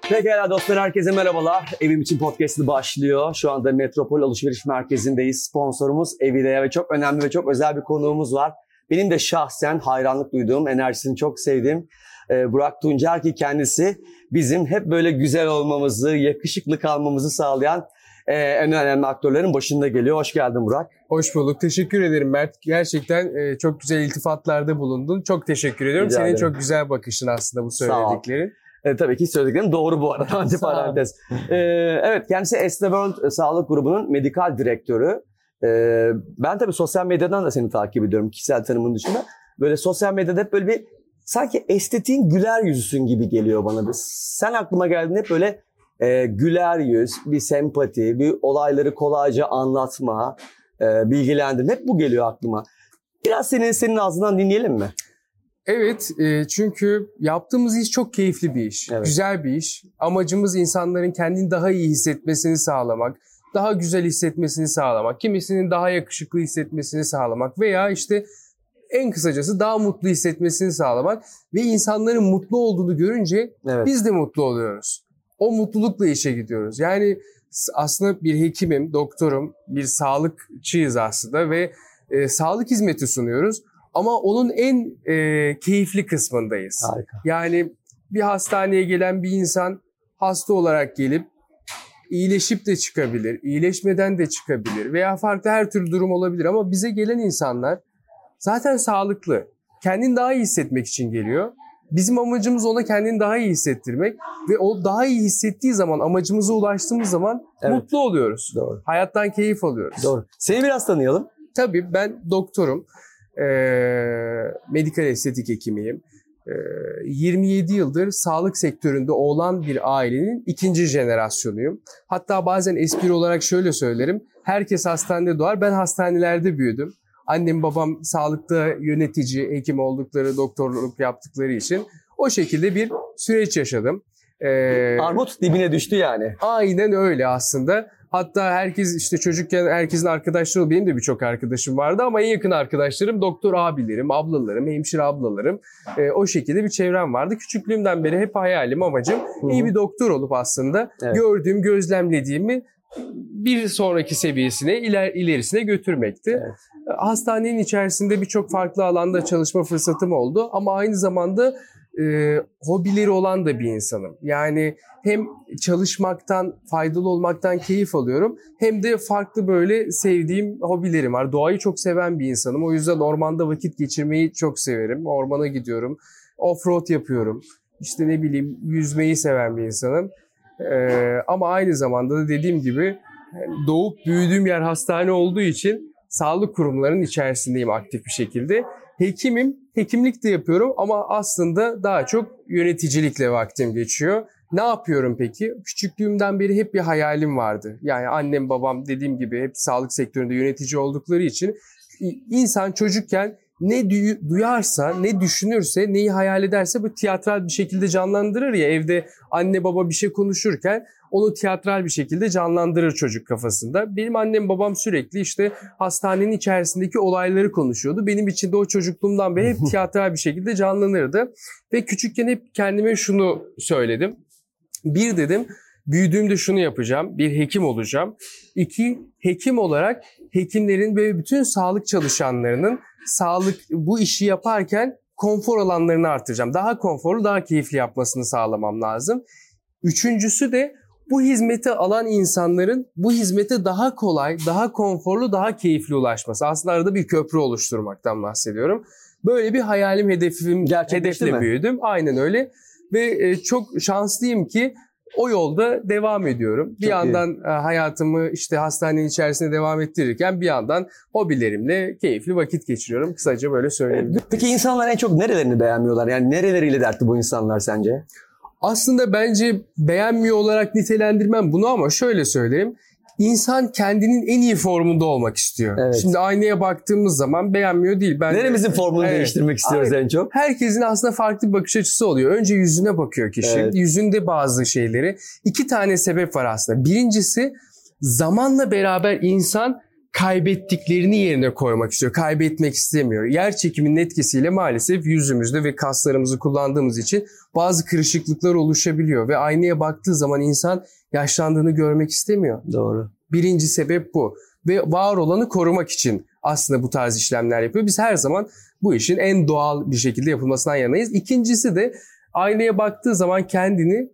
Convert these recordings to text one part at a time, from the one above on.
Pekala dostlar, herkese merhabalar. Evim için podcast'ı başlıyor. Şu anda Metropol Alışveriş Merkezi'ndeyiz. Sponsorumuz Evideya ve çok önemli ve çok özel bir konuğumuz var. Benim de şahsen hayranlık duyduğum, enerjisini çok sevdiğim Burak Tuncer, ki kendisi bizim hep böyle güzel olmamızı, yakışıklı kalmamızı sağlayan en önemli aktörlerin başında geliyor. Hoş geldin Burak. Hoş bulduk. Teşekkür ederim Mert. Gerçekten çok güzel iltifatlarda bulundun. Çok teşekkür ediyorum. Senin çok güzel bakışın aslında bu söylediklerin. Tabii ki söylediklerim doğru bu arada. Antiparantez. Evet, kendisi Este World Sağlık Grubu'nun medikal direktörü. Ben tabii sosyal medyadan da seni takip ediyorum, kişisel tanımın dışında. Böyle sosyal medyada hep böyle bir sanki estetiğin güler yüzüsün gibi geliyor bana. Sen aklıma geldiğinde hep böyle güler yüz, bir sempati, bir olayları kolayca anlatma, bilgilendirme, hep bu geliyor aklıma. Biraz senin ağzından dinleyelim mi? Evet, çünkü yaptığımız iş çok keyifli bir iş, evet. Güzel bir iş. Amacımız insanların kendini daha iyi hissetmesini sağlamak, daha güzel hissetmesini sağlamak, kimisinin daha yakışıklı hissetmesini sağlamak veya işte en kısacası daha mutlu hissetmesini sağlamak ve insanların mutlu olduğunu görünce biz de mutlu oluyoruz. O mutlulukla işe gidiyoruz. Yani aslında bir hekimim, doktorum, bir sağlıkçıyız aslında ve sağlık hizmeti sunuyoruz. Ama onun en keyifli kısmındayız. Harika. Yani bir hastaneye gelen bir insan hasta olarak gelip iyileşip de çıkabilir, iyileşmeden de çıkabilir veya farklı her türlü durum olabilir. Ama bize gelen insanlar zaten sağlıklı, kendini daha iyi hissetmek için geliyor. Bizim amacımız ona kendini daha iyi hissettirmek ve o daha iyi hissettiği zaman, amacımıza ulaştığımız zaman mutlu oluyoruz. Doğru. Hayattan keyif alıyoruz. Doğru. Seni biraz tanıyalım. Tabii, ben doktorum. Medikal estetik hekimiyim. 27 yıldır sağlık sektöründe olan bir ailenin ikinci jenerasyonuyum. Hatta bazen espri olarak şöyle söylerim. Herkes hastanede doğar, ben hastanelerde büyüdüm. Annem babam sağlıkta yönetici, hekim oldukları, doktorluk yaptıkları için o şekilde bir süreç yaşadım. Armut dibine düştü yani. Aynen öyle aslında. Hatta herkes işte çocukken herkesin arkadaşları, benim de birçok arkadaşım vardı ama en yakın arkadaşlarım doktor abilerim, ablalarım, hemşire ablalarım. O şekilde bir çevrem vardı. Küçüklüğümden beri hep hayalim, amacım iyi bir doktor olup aslında gördüğüm, gözlemlediğimi bir sonraki seviyesine, ilerisine götürmekti. Evet. Hastanenin içerisinde birçok farklı alanda çalışma fırsatım oldu ama aynı zamanda hobileri olan da bir insanım. Yani hem çalışmaktan, faydalı olmaktan keyif alıyorum hem de farklı böyle sevdiğim hobilerim var. Doğayı çok seven bir insanım. O yüzden ormanda vakit geçirmeyi çok severim. Ormana gidiyorum, off-road yapıyorum. İşte ne bileyim, yüzmeyi seven bir insanım. Ama aynı zamanda da dediğim gibi doğup büyüdüğüm yer hastane olduğu için sağlık kurumlarının içerisindeyim aktif bir şekilde. Hekimim, hekimlik de yapıyorum ama aslında daha çok yöneticilikle vaktim geçiyor. Ne yapıyorum peki? Küçüklüğümden beri hep bir hayalim vardı. Yani annem babam dediğim gibi hep sağlık sektöründe yönetici oldukları için insan çocukken ne duyarsa, ne düşünürse, neyi hayal ederse bu tiyatral bir şekilde canlandırır ya, evde anne baba bir şey konuşurken onu tiyatral bir şekilde canlandırır çocuk kafasında. Benim annem babam sürekli işte hastanenin içerisindeki olayları konuşuyordu. Benim için de o çocukluğumdan beri hep tiyatral bir şekilde canlanırdı. Ve küçükken hep kendime şunu söyledim. Bir dedim, büyüdüğümde şunu yapacağım, bir hekim olacağım. İki, hekim olarak hekimlerin ve bütün sağlık çalışanlarının bu işi yaparken konfor alanlarını artıracağım. Daha konforlu, daha keyifli yapmasını sağlamam lazım. Üçüncüsü de bu hizmeti alan insanların bu hizmete daha kolay, daha konforlu, daha keyifli ulaşması. Aslında arada bir köprü oluşturmaktan bahsediyorum. Böyle bir hayalim, hedefle büyüdüm. Aynen öyle. Ve çok şanslıyım ki o yolda devam ediyorum. Bir yandan hayatımı işte hastanenin içerisinde devam ettirirken bir yandan hobilerimle keyifli vakit geçiriyorum. Kısaca böyle söyleyebilirim. Peki insanlar en çok nerelerini beğenmiyorlar? Yani nereleriyle dertli bu insanlar sence? Aslında bence beğenmiyor olarak nitelendirmem bunu ama şöyle söyleyeyim. İnsan kendinin en iyi formunda olmak istiyor. Evet. Şimdi aynaya baktığımız zaman beğenmiyor değil. Neremizin formunu değiştirmek istiyoruz en çok? Herkesin aslında farklı bir bakış açısı oluyor. Önce yüzüne bakıyor kişi. Evet. Yüzünde bazı şeyleri. 2 tane sebep var aslında. Birincisi, zamanla beraber insan kaybettiklerini yerine koymak istiyor. Kaybetmek istemiyor. Yer çekiminin etkisiyle maalesef yüzümüzde ve kaslarımızı kullandığımız için bazı kırışıklıklar oluşabiliyor. Ve aynaya baktığı zaman insan yaşlandığını görmek istemiyor. Doğru. Birinci sebep bu. Ve var olanı korumak için aslında bu tarz işlemler yapıyor. Biz her zaman bu işin en doğal bir şekilde yapılmasından yanayız. İkincisi de aynaya baktığı zaman kendini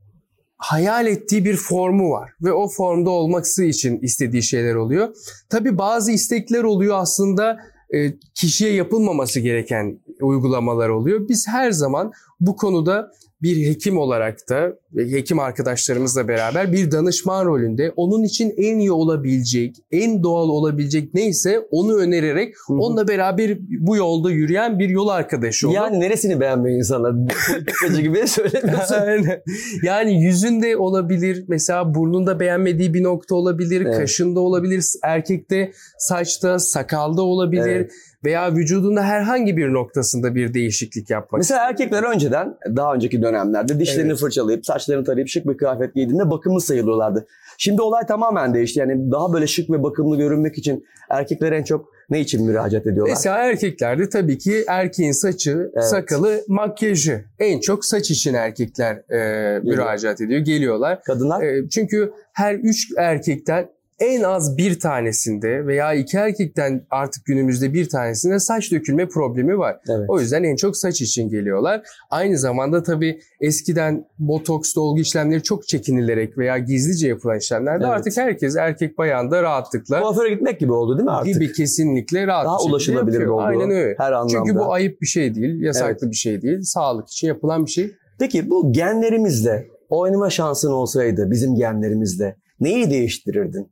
hayal ettiği bir formu var. Ve o formda olması için istediği şeyler oluyor. Tabii bazı istekler oluyor aslında kişiye yapılmaması gereken uygulamalar oluyor. Biz her zaman bu konuda bir hekim olarak da hekim arkadaşlarımızla beraber bir danışman rolünde onun için en iyi olabilecek, en doğal olabilecek neyse onu önererek onunla beraber bu yolda yürüyen bir yol arkadaşı olur. Yani neresini beğenmiyor insanlar? Politikacı gibi söylemiyorsun. Yani yüzünde olabilir, mesela burnunda beğenmediği bir nokta olabilir, evet. Kaşında olabilir, erkekte saçta, sakalda olabilir. Evet. Veya vücudunda herhangi bir noktasında bir değişiklik yapmak. Mesela erkekler önceden, daha önceki dönemlerde dişlerini fırçalayıp, saçlarını tarayıp şık bir kıyafet giydiğinde bakımlı sayılıyorlardı. Şimdi olay tamamen değişti. Yani daha böyle şık ve bakımlı görünmek için erkekler en çok ne için müracaat ediyorlar? Mesela erkeklerde tabii ki erkeğin saçı, sakalı, makyajı. En çok saç için erkekler müracaat ediyor, geliyorlar. Kadınlar? Çünkü her 3 erkekten en az bir tanesinde veya 2 erkekten artık günümüzde bir tanesinde saç dökülme problemi var. Evet. O yüzden en çok saç için geliyorlar. Aynı zamanda tabii eskiden botoks, dolgu işlemleri çok çekinilerek veya gizlice yapılan işlemlerde artık herkes erkek bayan da rahatlıkla kuaföre gitmek gibi oldu değil mi artık? Gibi kesinlikle rahat daha ulaşılabilir oldu. Aynen öyle. Her anlamda. Çünkü bu ayıp bir şey değil, yasaklı bir şey değil. Sağlık için yapılan bir şey. Peki bu genlerimizle oynama şansın olsaydı bizim genlerimizle neyi değiştirirdin?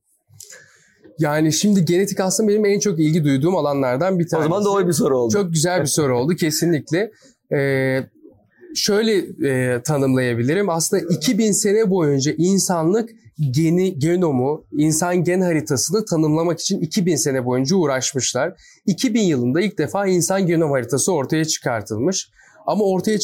Yani şimdi genetik aslında benim en çok ilgi duyduğum alanlardan bir tanesi. O zaman doğru bir soru oldu. Çok güzel bir soru oldu kesinlikle. Şöyle tanımlayabilirim. Aslında 2000 sene boyunca insanlık genomu, insan gen haritasını tanımlamak için 2000 sene boyunca uğraşmışlar. 2000 yılında ilk defa insan genom haritası ortaya çıkartılmış. Ama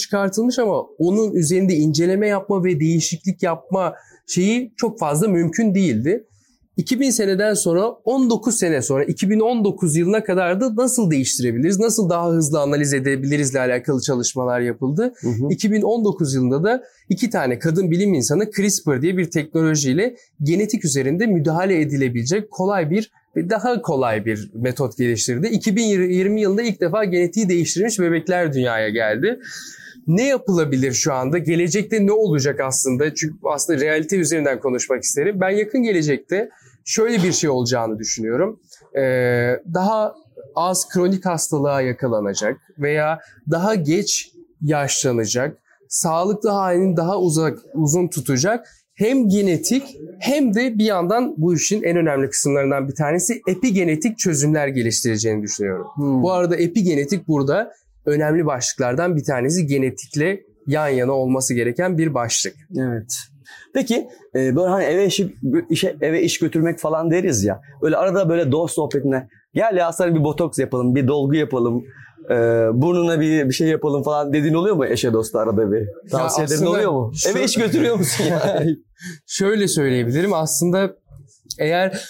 onun üzerinde inceleme yapma ve değişiklik yapma şeyi çok fazla mümkün değildi. 2000 seneden sonra 19 sene sonra 2019 yılına kadar da nasıl değiştirebiliriz, nasıl daha hızlı analiz edebilirizle alakalı çalışmalar yapıldı. 2019 yılında da 2 tane kadın bilim insanı CRISPR diye bir teknolojiyle genetik üzerinde müdahale edilebilecek daha kolay bir metot geliştirdi. 2020 yılında ilk defa genetiği değiştirilmiş bebekler dünyaya geldi. Ne yapılabilir şu anda? Gelecekte ne olacak aslında? Çünkü aslında realite üzerinden konuşmak isterim. Ben yakın gelecekte şöyle bir şey olacağını düşünüyorum. Daha az kronik hastalığa yakalanacak veya daha geç yaşlanacak, sağlıklı halini daha uzun tutacak hem genetik hem de bir yandan bu işin en önemli kısımlarından bir tanesi epigenetik çözümler geliştireceğini düşünüyorum. Bu arada epigenetik burada önemli başlıklardan bir tanesi, genetikle yan yana olması gereken bir başlık. Evet. Peki böyle hani eve iş götürmek falan deriz ya. Böyle arada böyle dost sohbetine gel ya sana bir botoks yapalım, bir dolgu yapalım, burnuna bir şey yapalım falan dediğin oluyor mu eşe dosta arada bir? Tavsiyelerin oluyor mu? Eve iş götürüyor musun yani? Şöyle söyleyebilirim aslında, eğer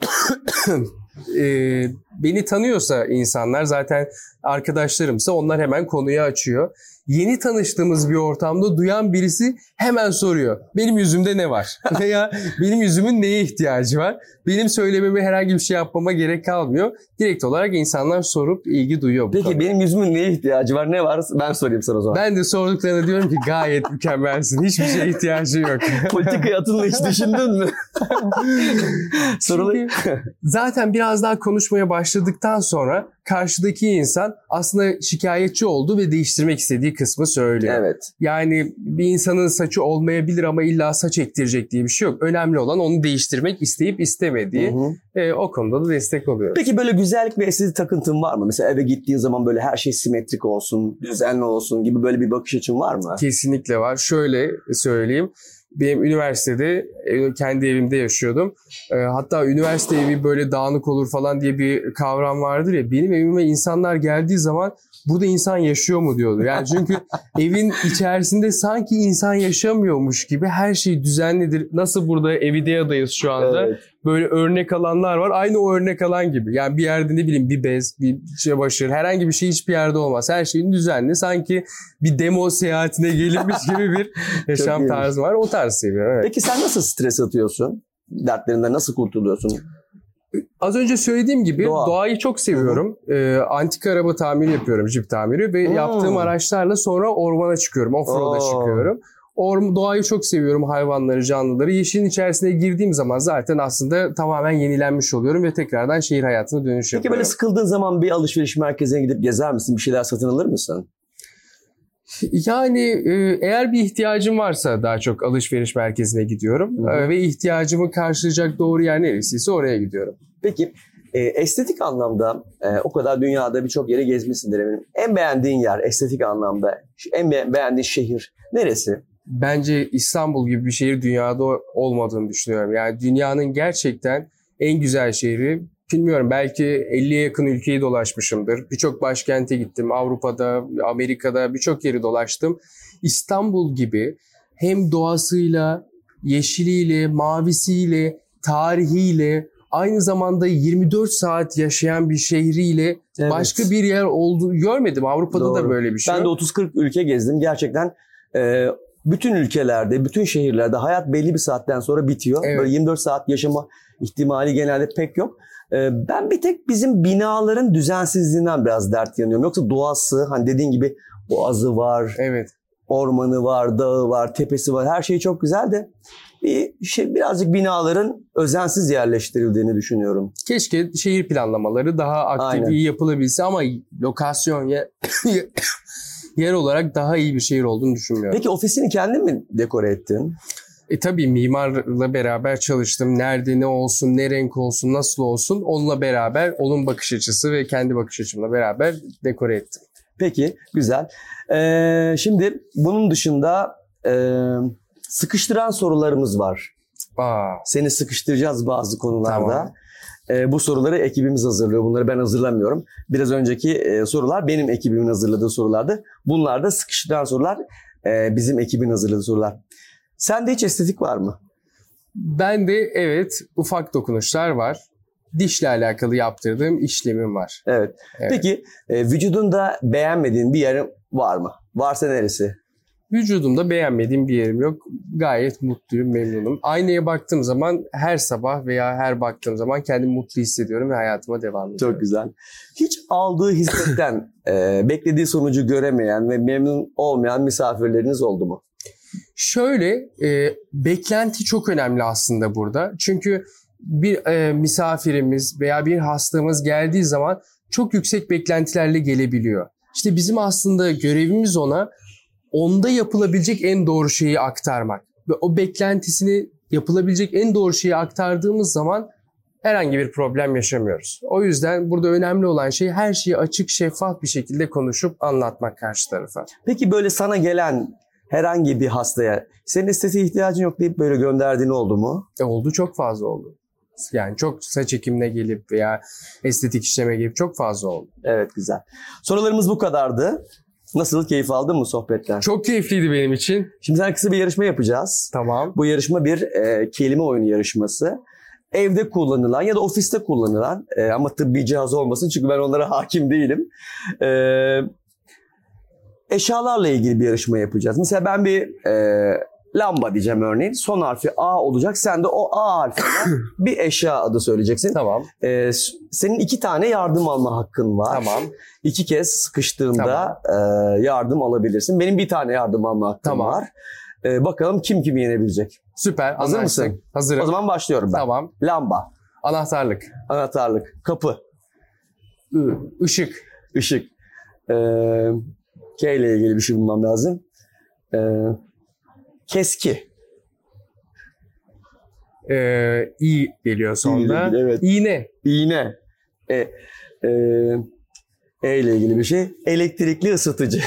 beni tanıyorsa insanlar, zaten arkadaşlarımsa, onlar hemen konuyu açıyor. Yeni tanıştığımız bir ortamda duyan birisi hemen soruyor. Benim yüzümde ne var? Veya benim yüzümün neye ihtiyacı var? Benim söylememe herhangi bir şey yapmama gerek kalmıyor. Direkt olarak insanlar sorup ilgi duyuyor bu Peki konuda. Benim yüzümün neye ihtiyacı var? Ne var? Ben sorayım sana o zaman. Ben de sorduklarına diyorum ki gayet mükemmelsin. Hiçbir şeye ihtiyacı yok. Politikaya atılma hiç düşündün mü? Çünkü zaten biraz daha konuşmaya başladıktan sonra karşıdaki insan aslında şikayetçi oldu ve değiştirmek istediği kısmı söylüyor. Evet. Yani bir insanın saçı olmayabilir ama illa saç ektirecek diye bir şey yok. Önemli olan onu değiştirmek isteyip istemediği. O konuda da destek oluyor. Peki böyle güzellik ve estetik takıntın var mı? Mesela eve gittiğin zaman böyle her şey simetrik olsun, düzenli olsun gibi böyle bir bakış açın var mı? Kesinlikle var. Şöyle söyleyeyim. Benim üniversitede kendi evimde yaşıyordum. Hatta üniversite evi böyle dağınık olur falan diye bir kavram vardır ya. Benim evime insanlar geldiği zaman burada insan yaşıyor mu diyordu. Yani çünkü evin içerisinde sanki insan yaşamıyormuş gibi her şey düzenlidir. Nasıl burada Evidea'dayız şu anda. Evet. Böyle örnek alanlar var. Aynı o örnek alan gibi. Yani bir yerde ne bileyim bir bez, bir çamaşır, herhangi bir şey hiçbir yerde olmaz. Her şeyin düzenli. Sanki bir demo seyahatine gelinmiş gibi bir yaşam tarzı var. O tarz seviyorum. Evet. Peki sen nasıl stres atıyorsun? Dertlerinden nasıl kurtuluyorsun? Az önce söylediğim gibi doğayı çok seviyorum. Antika araba tamiri yapıyorum, jip tamiri ve yaptığım araçlarla sonra ormana çıkıyorum, offroad'a çıkıyorum. Doğayı çok seviyorum, hayvanları, canlıları. Yeşilin içerisine girdiğim zaman zaten aslında tamamen yenilenmiş oluyorum ve tekrardan şehir hayatına dönüş yapıyorum. Peki böyle sıkıldığın zaman bir alışveriş merkezine gidip gezer misin? Bir şeyler satın alır mısın? Yani eğer bir ihtiyacım varsa daha çok alışveriş merkezine gidiyorum. Ve ihtiyacımı karşılayacak doğru yer neresiyse oraya gidiyorum. Peki estetik anlamda o kadar dünyada birçok yere gezmişsindir eminim. En beğendiğin yer estetik anlamda, en beğendiğin şehir neresi? Bence İstanbul gibi bir şehir dünyada olmadığını düşünüyorum. Yani dünyanın gerçekten en güzel şehri. Bilmiyorum, belki 50'ye yakın ülkeyi dolaşmışımdır. Birçok başkente gittim. Avrupa'da, Amerika'da birçok yeri dolaştım. İstanbul gibi hem doğasıyla, yeşiliyle, mavisiyle, tarihiyle, aynı zamanda 24 saat yaşayan bir şehriyle başka bir yer görmedim. Avrupa'da da böyle bir şey. Ben de 30-40 ülke gezdim. Gerçekten bütün ülkelerde, bütün şehirlerde hayat belli bir saatten sonra bitiyor. Evet. Böyle 24 saat yaşama ihtimali genelde pek yok. Ben bir tek bizim binaların düzensizliğinden biraz dert yanıyorum. Yoksa doğası, hani dediğin gibi boğazı var, evet, ormanı var, dağı var, tepesi var. Her şey çok güzel de birazcık binaların özensiz yerleştirildiğini düşünüyorum. Keşke şehir planlamaları daha aktif, iyi yapılabilse ama lokasyon yer olarak daha iyi bir şehir olduğunu düşünmüyorum. Peki ofisini kendin mi dekore ettin? Tabii mimarla beraber çalıştım. Nerede ne olsun, ne renk olsun, nasıl olsun, onunla beraber, onun bakış açısı ve kendi bakış açımla beraber dekore ettim. Peki, güzel. Şimdi bunun dışında sıkıştıran sorularımız var. Seni sıkıştıracağız bazı konularda. Tamam. Bu soruları ekibimiz hazırlıyor. Bunları ben hazırlamıyorum. Biraz önceki sorular benim ekibimin hazırladığı sorulardı. Bunlar da sıkıştıran sorular, bizim ekibin hazırladığı sorular. Sende hiç estetik var mı? Ben de evet, ufak dokunuşlar var. Dişle alakalı yaptırdığım işlemim var. Evet. Peki vücudunda beğenmediğin bir yerin var mı? Varsa neresi? Vücudumda beğenmediğim bir yerim yok. Gayet mutluyum, memnunum. Aynaya baktığım zaman her sabah veya her baktığım zaman kendimi mutlu hissediyorum ve hayatıma devam ediyorum. Çok güzel. Hiç aldığı hizmetten beklediği sonucu göremeyen ve memnun olmayan misafirleriniz oldu mu? Şöyle, beklenti çok önemli aslında burada. Çünkü bir misafirimiz veya bir hastamız geldiği zaman çok yüksek beklentilerle gelebiliyor. İşte bizim aslında görevimiz onda yapılabilecek en doğru şeyi aktarmak. Ve o beklentisini yapılabilecek en doğru şeyi aktardığımız zaman herhangi bir problem yaşamıyoruz. O yüzden burada önemli olan şey her şeyi açık, şeffaf bir şekilde konuşup anlatmak karşı tarafa. Peki böyle sana gelen herhangi bir hastaya senin estetiğe ihtiyacın yok deyip böyle gönderdiğin oldu mu? Oldu, çok fazla oldu. Yani çok saç ekimine gelip veya estetik işleme gelip çok fazla oldu. Evet, güzel. Sorularımız bu kadardı. Nasıl, keyif aldın mı sohbetten? Çok keyifliydi benim için. Şimdi sana kısa bir yarışma yapacağız. Tamam. Bu yarışma bir kelime oyunu yarışması. Evde kullanılan ya da ofiste kullanılan ama tıbbi cihaz olmasın çünkü ben onlara hakim değilim. Eşyalarla ilgili bir yarışma yapacağız. Mesela ben bir lamba diyeceğim örneğin. Son harfi A olacak. Sen de o A harfinden bir eşya adı söyleyeceksin. Tamam. Senin 2 tane yardım alma hakkın var. Tamam. 2 kez sıkıştığında yardım alabilirsin. Benim 1 tane yardım alma hakkım var. Bakalım kim kimi yenebilecek. Süper. Hazır mısın? Hazırım. O zaman başlıyorum ben. Tamam. Lamba. Anahtarlık. Anahtarlık. Kapı. Işık. Işık. K ile ilgili bir şey bulmam lazım. Keski. İ geliyor sonunda. Evet. İğne. İğne. E ile ilgili bir şey. Elektrikli ısıtıcı.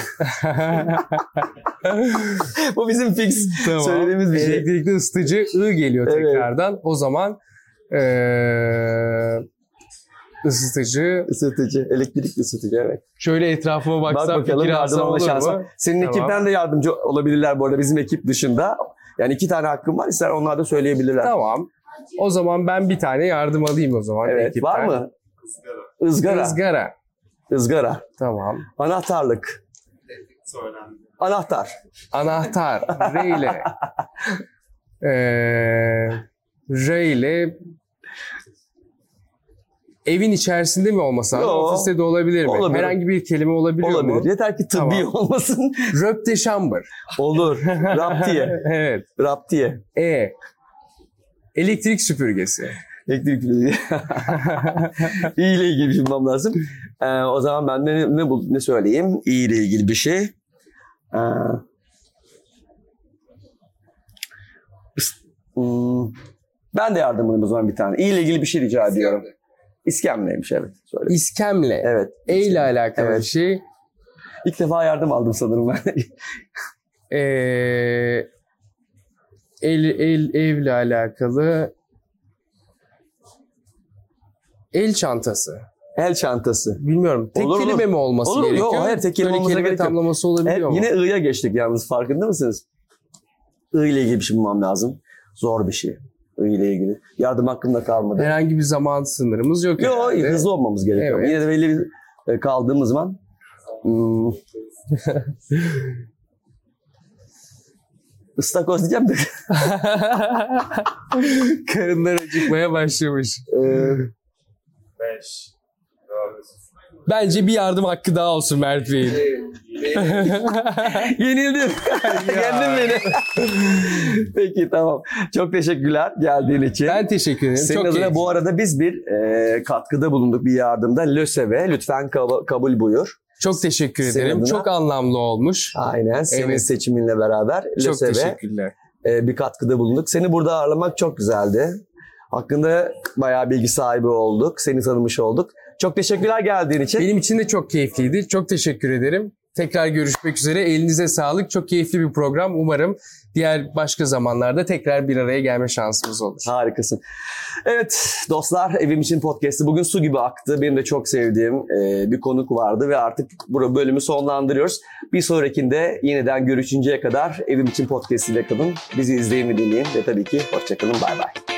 Bu bizim fix söylediğimiz bir şey. Elektrikli ısıtıcı I geliyor tekrardan. O zaman ısıtıcı. Isıtıcı, elektrikli ısıtıcı, evet. Şöyle etrafıma Bak baksam bakalım fikir alsam yardım olur şansı. mu? Senin Tamam. ekipten de yardımcı olabilirler bu arada bizim ekip dışında. Yani 2 tane hakkım var. İster onlar da söyleyebilirler. Tamam. O zaman ben bir tane yardım alayım o zaman. Evet. ekipten. Var mı? Izgara. Izgara. Izgara. Tamam. Anahtarlık. Anahtar. Anahtar. R ile. R ile evin içerisinde mi olması lazım? Yo. Ofiste de olabilir mi? Olabilir. Herhangi bir kelime olabiliyor Olabilir. mu? Yeter ki tıbbi Tamam. olmasın. Röpteşambır. Olur. Raptiye. Evet. Raptiye. Elektrik süpürgesi. Elektrik İyi ile ilgili bir şey bulmam lazım. O zaman ben de ne söyleyeyim? İyi ile ilgili bir şey. Ben de yardımını o zaman bir tane. İyi ile ilgili bir şey rica ediyorum. İskemleymiş, evet. Söyle. İskemle. Evet. E ile alakalı Evet. bir şey. İlk defa yardım aldım sanırım ben. Evle alakalı el çantası. El çantası. Bilmiyorum. Tek Olur, kelime olur. mi olması Olur, gerekiyor? yok, hayır, tek kelime Böyle olmasına kelime gerek yok. tamlaması olabiliyor mu? Yine I'ya geçtik yalnız, farkında mısınız? I ile ilgili bir şey bulmam lazım. Zor bir şey. I ile ilgili. Yardım hakkında kalmadı. Herhangi bir zaman sınırımız yok. Yok, herhalde. hızlı olmamız gerekiyor. Evet. Yine de belli bir kaldığımız zaman ıstakoz diyeceğim de. Karınlar acıkmaya başlamış. 5, 4, Bence bir yardım hakkı daha olsun Mert Bey'in. Yenildin. Yendin beni. Peki, tamam. Çok teşekkürler geldiğin için. Ben teşekkür ederim. Senin Çok adına keyifli. bu arada biz bir katkıda bulunduk, bir yardımda. LÖSEV'e lütfen kabul buyur. Çok teşekkür Senin ederim. adına- Çok anlamlı olmuş. Aynen. Senin Evet. seçiminle beraber Çok LÖSEV'e teşekkürler. bir katkıda bulunduk. Seni burada ağırlamak çok güzeldi. Hakkında bayağı bilgi sahibi olduk. Seni tanımış olduk. Çok teşekkürler geldiğin için. Benim için de çok keyifliydi. Çok teşekkür ederim. Tekrar görüşmek üzere. Elinize sağlık. Çok keyifli bir program. Umarım diğer başka zamanlarda tekrar bir araya gelme şansımız olur. Harikasın. Evet dostlar, Evim İçin Podcast'ı bugün su gibi aktı. Benim de çok sevdiğim bir konuk vardı ve artık bu bölümü sonlandırıyoruz. Bir sonrakinde yeniden görüşünceye kadar Evim İçin Podcast ile kalın. Bizi izleyin ve dinleyin ve tabii ki hoşçakalın. Bay bay.